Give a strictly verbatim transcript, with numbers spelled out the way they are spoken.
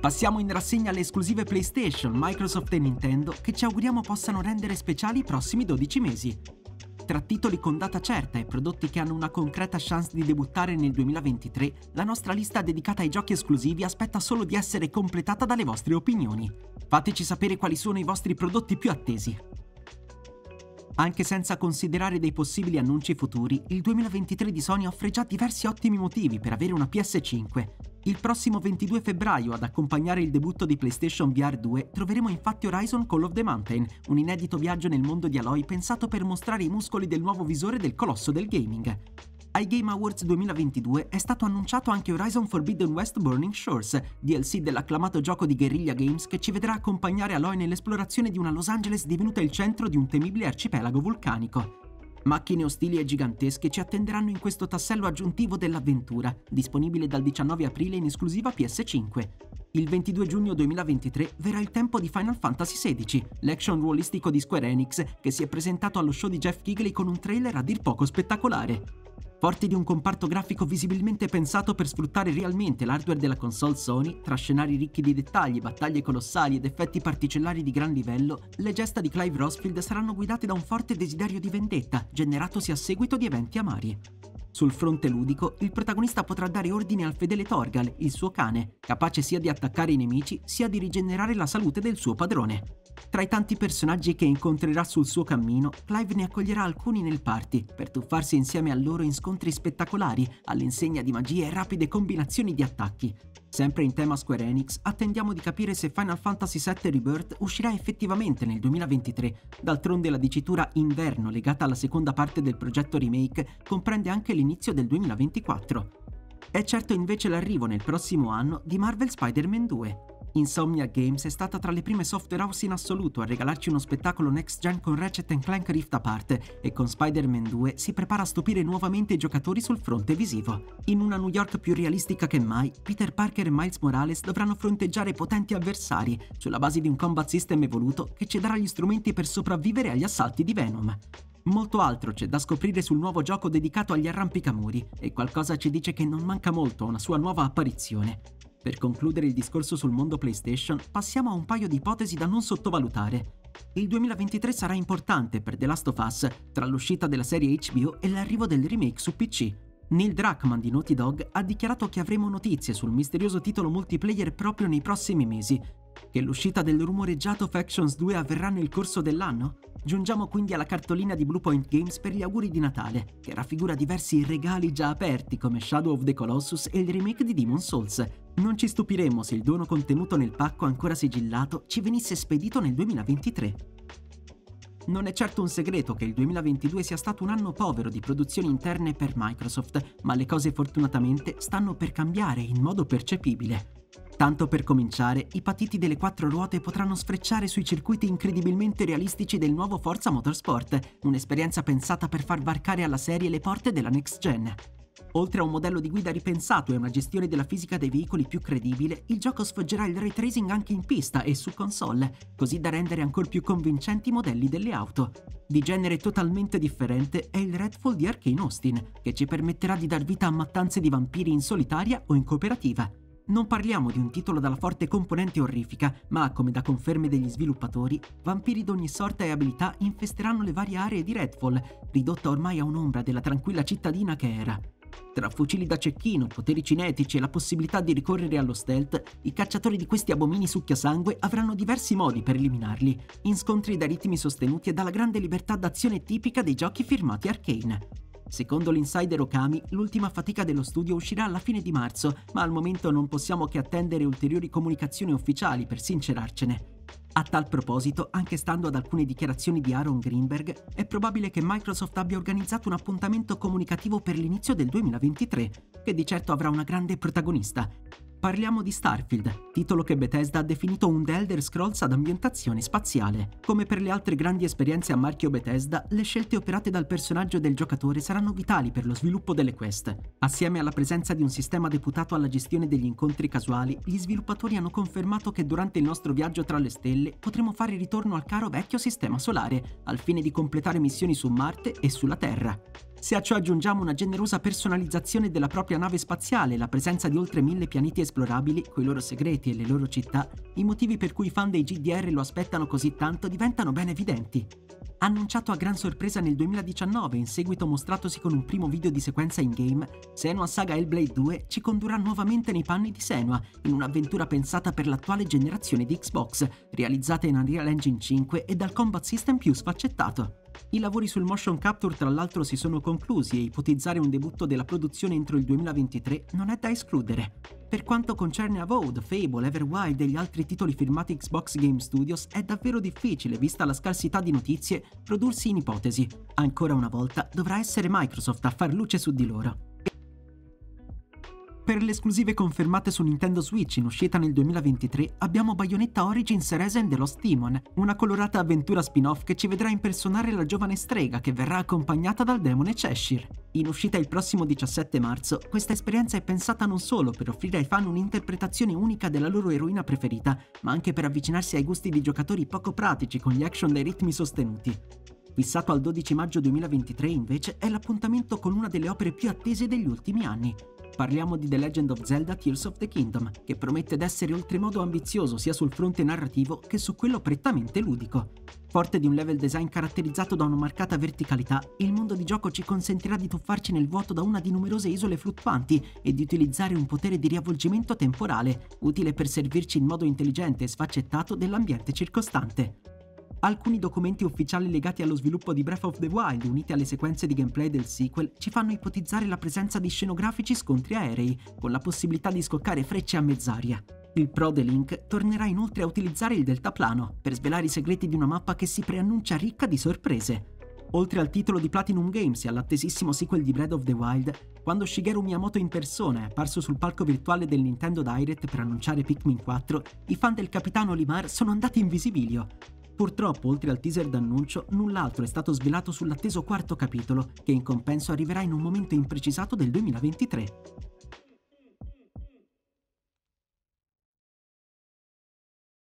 Passiamo in rassegna le esclusive PlayStation, Microsoft e Nintendo che ci auguriamo possano rendere speciali i prossimi dodici mesi. Tra titoli con data certa e prodotti che hanno una concreta chance di debuttare nel duemilaventitré, la nostra lista dedicata ai giochi esclusivi aspetta solo di essere completata dalle vostre opinioni. Fateci sapere quali sono i vostri prodotti più attesi. Anche senza considerare dei possibili annunci futuri, il duemilaventitré di Sony offre già diversi ottimi motivi per avere una P S cinque. Il prossimo ventidue febbraio, ad accompagnare il debutto di PlayStation V R due, troveremo infatti Horizon Call of the Mountain, un inedito viaggio nel mondo di Aloy pensato per mostrare i muscoli del nuovo visore del colosso del gaming. Ai Game Awards duemilaventidue è stato annunciato anche Horizon Forbidden West Burning Shores, D L C dell'acclamato gioco di Guerrilla Games che ci vedrà accompagnare Aloy nell'esplorazione di una Los Angeles divenuta il centro di un temibile arcipelago vulcanico. Macchine ostili e gigantesche ci attenderanno in questo tassello aggiuntivo dell'avventura, disponibile dal diciannove aprile in esclusiva P S cinque. Il ventidue giugno duemilaventitré verrà il tempo di Final Fantasy sedici, l'action ruolistico di Square Enix, che si è presentato allo show di Jeff Keighley con un trailer a dir poco spettacolare. Forti di un comparto grafico visibilmente pensato per sfruttare realmente l'hardware della console Sony, tra scenari ricchi di dettagli, battaglie colossali ed effetti particellari di gran livello, le gesta di Clive Rosfield saranno guidate da un forte desiderio di vendetta, generatosi a seguito di eventi amari. Sul fronte ludico, il protagonista potrà dare ordine al fedele Torgal, il suo cane, capace sia di attaccare i nemici sia di rigenerare la salute del suo padrone. Tra i tanti personaggi che incontrerà sul suo cammino, Clive ne accoglierà alcuni nel party, per tuffarsi insieme a loro in scontri spettacolari, all'insegna di magie e rapide combinazioni di attacchi. Sempre in tema Square Enix, attendiamo di capire se Final Fantasy sette Rebirth uscirà effettivamente nel duemilaventitré. D'altronde la dicitura inverno legata alla seconda parte del progetto remake comprende anche l'inizio del duemilaventiquattro. È certo invece l'arrivo nel prossimo anno di Marvel Spider-Man due. Insomniac Games è stata tra le prime software house in assoluto a regalarci uno spettacolo next gen con Ratchet and Clank Rift Apart e con Spider-Man due si prepara a stupire nuovamente i giocatori sul fronte visivo. In una New York più realistica che mai, Peter Parker e Miles Morales dovranno fronteggiare potenti avversari sulla base di un combat system evoluto che ci darà gli strumenti per sopravvivere agli assalti di Venom. Molto altro c'è da scoprire sul nuovo gioco dedicato agli arrampicamuri e qualcosa ci dice che non manca molto a una sua nuova apparizione. Per concludere il discorso sul mondo PlayStation, passiamo a un paio di ipotesi da non sottovalutare. Il duemilaventitré sarà importante per The Last of Us, tra l'uscita della serie H B O e l'arrivo del remake su P C. Neil Druckmann di Naughty Dog ha dichiarato che avremo notizie sul misterioso titolo multiplayer proprio nei prossimi mesi. Che l'uscita del rumoreggiato Factions due avverrà nel corso dell'anno? Giungiamo quindi alla cartolina di Bluepoint Games per gli auguri di Natale, che raffigura diversi regali già aperti come Shadow of the Colossus e il remake di Demon's Souls. Non ci stupiremmo se il dono contenuto nel pacco ancora sigillato ci venisse spedito nel duemilaventitré. Non è certo un segreto che il duemilaventidue sia stato un anno povero di produzioni interne per Microsoft, ma le cose fortunatamente stanno per cambiare in modo percepibile. Tanto per cominciare, i patiti delle quattro ruote potranno sfrecciare sui circuiti incredibilmente realistici del nuovo Forza Motorsport, un'esperienza pensata per far varcare alla serie le porte della next gen. Oltre a un modello di guida ripensato e una gestione della fisica dei veicoli più credibile, il gioco sfoggerà il ray tracing anche in pista e su console, così da rendere ancora più convincenti i modelli delle auto. Di genere totalmente differente è il Redfall di Arkane Austin, che ci permetterà di dar vita a mattanze di vampiri in solitaria o in cooperativa. Non parliamo di un titolo dalla forte componente orrifica, ma, come da conferme degli sviluppatori, vampiri d'ogni sorta e abilità infesteranno le varie aree di Redfall, ridotta ormai a un'ombra della tranquilla cittadina che era. Tra fucili da cecchino, poteri cinetici e la possibilità di ricorrere allo stealth, i cacciatori di questi abomini succhiasangue avranno diversi modi per eliminarli, in scontri da ritmi sostenuti e dalla grande libertà d'azione tipica dei giochi firmati Arkane. Secondo l'insider Okami, l'ultima fatica dello studio uscirà alla fine di marzo, ma al momento non possiamo che attendere ulteriori comunicazioni ufficiali per sincerarcene. A tal proposito, anche stando ad alcune dichiarazioni di Aaron Greenberg, è probabile che Microsoft abbia organizzato un appuntamento comunicativo per l'inizio del duemilaventitré, che di certo avrà una grande protagonista. Parliamo di Starfield, titolo che Bethesda ha definito un The Elder Scrolls ad ambientazione spaziale. Come per le altre grandi esperienze a marchio Bethesda, le scelte operate dal personaggio del giocatore saranno vitali per lo sviluppo delle quest. Assieme alla presenza di un sistema deputato alla gestione degli incontri casuali, gli sviluppatori hanno confermato che durante il nostro viaggio tra le stelle potremo fare ritorno al caro vecchio sistema solare, al fine di completare missioni su Marte e sulla Terra. Se a ciò aggiungiamo una generosa personalizzazione della propria nave spaziale e la presenza di oltre mille pianeti esplorabili, coi loro segreti e le loro città, i motivi per cui i fan dei G D R lo aspettano così tanto diventano ben evidenti. Annunciato a gran sorpresa nel duemiladiciannove, in seguito mostratosi con un primo video di sequenza in-game, Senua Saga Hellblade due ci condurrà nuovamente nei panni di Senua, in un'avventura pensata per l'attuale generazione di Xbox, realizzata in Unreal Engine cinque e dal combat system più sfaccettato. I lavori sul motion capture tra l'altro si sono conclusi e ipotizzare un debutto della produzione entro il duemilaventitré non è da escludere. Per quanto concerne Avowed, Fable, Everwild e gli altri titoli firmati Xbox Game Studios, è davvero difficile, vista la scarsità di notizie, prodursi in ipotesi. Ancora una volta dovrà essere Microsoft a far luce su di loro. Per le esclusive confermate su Nintendo Switch in uscita nel duemilaventitré abbiamo Bayonetta Origins Reza and the Lost Demon, una colorata avventura spin-off che ci vedrà impersonare la giovane strega che verrà accompagnata dal demone Cheshire. In uscita il prossimo diciassette marzo, questa esperienza è pensata non solo per offrire ai fan un'interpretazione unica della loro eroina preferita, ma anche per avvicinarsi ai gusti di giocatori poco pratici con gli action dai ritmi sostenuti. Fissato al dodici maggio duemilaventitré, invece, è l'appuntamento con una delle opere più attese degli ultimi anni. Parliamo di The Legend of Zelda Tears of the Kingdom, che promette d'essere oltremodo ambizioso sia sul fronte narrativo che su quello prettamente ludico. Forte di un level design caratterizzato da una marcata verticalità, il mondo di gioco ci consentirà di tuffarci nel vuoto da una di numerose isole fluttuanti e di utilizzare un potere di riavvolgimento temporale, utile per servirci in modo intelligente e sfaccettato dell'ambiente circostante. Alcuni documenti ufficiali legati allo sviluppo di Breath of the Wild, uniti alle sequenze di gameplay del sequel, ci fanno ipotizzare la presenza di scenografici scontri aerei, con la possibilità di scoccare frecce a mezz'aria. Il Pro The Link tornerà inoltre a utilizzare il deltaplano, per svelare i segreti di una mappa che si preannuncia ricca di sorprese. Oltre al titolo di Platinum Games e all'attesissimo sequel di Breath of the Wild, quando Shigeru Miyamoto in persona è apparso sul palco virtuale del Nintendo Direct per annunciare Pikmin quattro, i fan del capitano Olimar sono andati in visibilio. Purtroppo, oltre al teaser d'annuncio, null'altro è stato svelato sull'atteso quarto capitolo, che in compenso arriverà in un momento imprecisato del duemilaventitré.